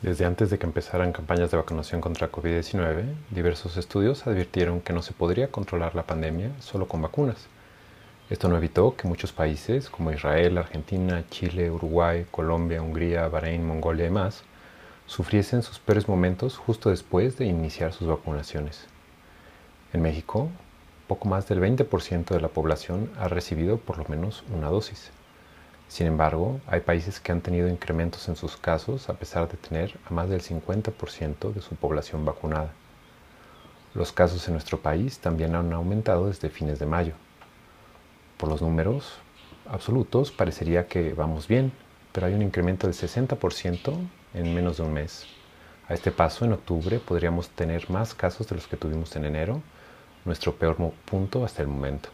Desde antes de que empezaran campañas de vacunación contra COVID-19, diversos estudios advirtieron que no se podría controlar la pandemia solo con vacunas. Esto no evitó que muchos países como Israel, Argentina, Chile, Uruguay, Colombia, Hungría, Bahrein, Mongolia y más sufriesen sus peores momentos justo después de iniciar sus vacunaciones. En México, poco más del 20% de la población ha recibido por lo menos una dosis. Sin embargo, hay países que han tenido incrementos en sus casos a pesar de tener a más del 50% de su población vacunada. Los casos en nuestro país también han aumentado desde fines de mayo. Por los números absolutos parecería que vamos bien, pero hay un incremento del 60% en menos de un mes. A este paso, en octubre podríamos tener más casos de los que tuvimos en enero, nuestro peor punto hasta el momento.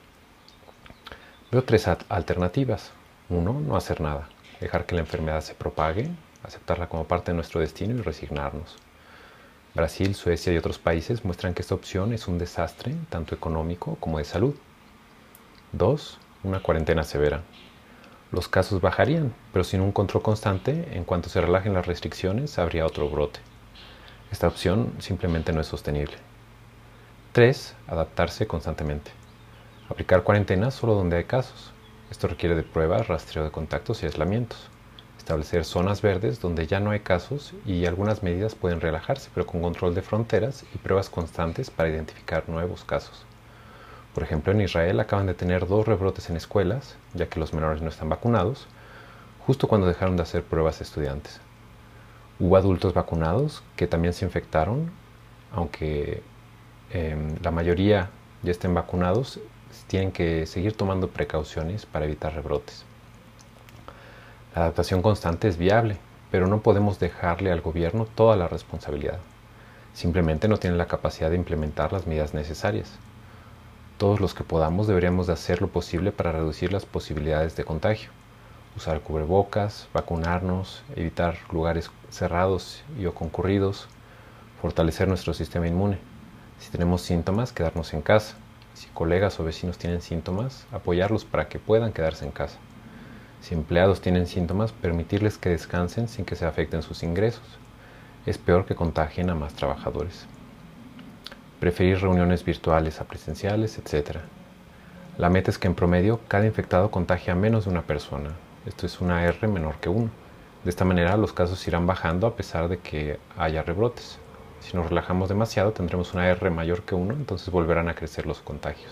Veo tres alternativas. 1. No hacer nada, dejar que la enfermedad se propague, aceptarla como parte de nuestro destino y resignarnos. Brasil, Suecia y otros países muestran que esta opción es un desastre tanto económico como de salud. 2. Una cuarentena severa. Los casos bajarían, pero sin un control constante, en cuanto se relajen las restricciones, habría otro brote. Esta opción simplemente no es sostenible. 3. Adaptarse constantemente. Aplicar cuarentenas solo donde hay casos. Esto requiere de pruebas, rastreo de contactos y aislamientos. Establecer zonas verdes donde ya no hay casos y algunas medidas pueden relajarse, pero con control de fronteras y pruebas constantes para identificar nuevos casos. Por ejemplo, en Israel acaban de tener 2 rebrotes en escuelas, ya que los menores no están vacunados, justo cuando dejaron de hacer pruebas a estudiantes. Hubo adultos vacunados que también se infectaron, aunque la mayoría ya estén vacunados, tienen que seguir tomando precauciones para evitar rebrotes. La adaptación constante es viable, pero no podemos dejarle al gobierno toda la responsabilidad. Simplemente no tienen la capacidad de implementar las medidas necesarias. Todos los que podamos deberíamos de hacer lo posible para reducir las posibilidades de contagio. Usar cubrebocas, vacunarnos, evitar lugares cerrados y o concurridos, fortalecer nuestro sistema inmune. Si tenemos síntomas, quedarnos en casa. Si colegas o vecinos tienen síntomas, apoyarlos para que puedan quedarse en casa. Si empleados tienen síntomas, permitirles que descansen sin que se afecten sus ingresos. Es peor que contagien a más trabajadores. Preferir reuniones virtuales a presenciales, etc. La meta es que en promedio cada infectado contagie a menos de una persona. Esto es una R menor que 1. De esta manera los casos irán bajando a pesar de que haya rebrotes. Si nos relajamos demasiado tendremos una R mayor que 1, entonces volverán a crecer los contagios.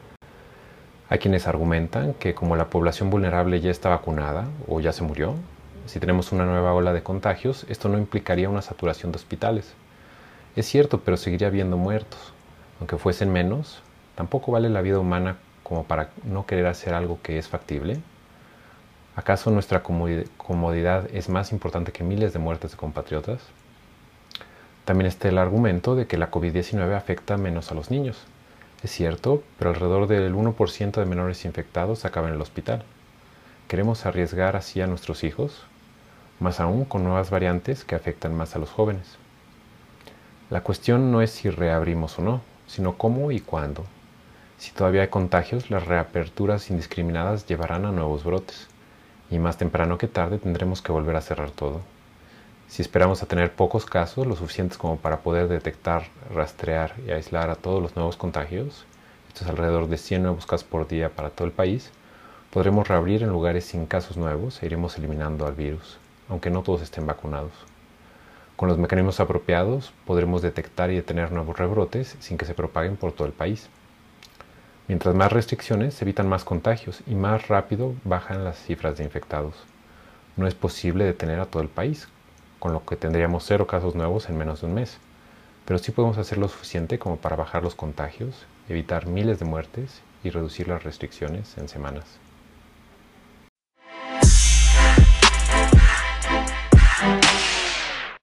Hay quienes argumentan que como la población vulnerable ya está vacunada o ya se murió, si tenemos una nueva ola de contagios, esto no implicaría una saturación de hospitales. Es cierto, pero seguiría habiendo muertos. Aunque fuesen menos, ¿tampoco vale la vida humana como para no querer hacer algo que es factible? ¿Acaso nuestra comodidad es más importante que miles de muertes de compatriotas? También está el argumento de que la COVID-19 afecta menos a los niños. Es cierto, pero alrededor del 1% de menores infectados acaba en el hospital. ¿Queremos arriesgar así a nuestros hijos? Más aún con nuevas variantes que afectan más a los jóvenes. La cuestión no es si reabrimos o no, sino cómo y cuándo. Si todavía hay contagios, las reaperturas indiscriminadas llevarán a nuevos brotes. Y más temprano que tarde tendremos que volver a cerrar todo. Si esperamos a tener pocos casos, lo suficientes como para poder detectar, rastrear y aislar a todos los nuevos contagios, esto es alrededor de 100 nuevos casos por día para todo el país, podremos reabrir en lugares sin casos nuevos e iremos eliminando al virus, aunque no todos estén vacunados. Con los mecanismos apropiados, podremos detectar y detener nuevos rebrotes sin que se propaguen por todo el país. Mientras más restricciones, se evitan más contagios y más rápido bajan las cifras de infectados. No es posible detener a todo el país, con lo que tendríamos 0 casos nuevos en menos de un mes. Pero sí podemos hacer lo suficiente como para bajar los contagios, evitar miles de muertes y reducir las restricciones en semanas.